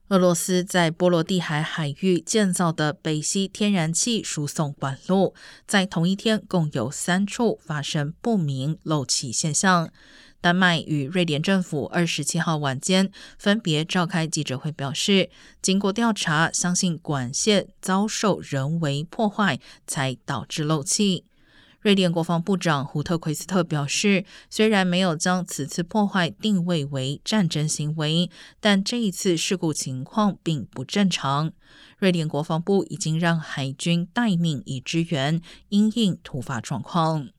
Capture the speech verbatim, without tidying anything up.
俄罗斯在波罗的海海域建造的北溪天然气输送管路，在同一天共有三处发生不明漏气现象。丹麦与瑞典政府二十七号晚间分别召开记者会，表示经过调查，相信管线遭受人为破坏才导致漏气。瑞典国防部长胡特奎斯特表示，虽然没有将此次破坏定位为战争行为，但这一次事故情况并不正常。瑞典国防部已经让海军待命以支援因应突发状况。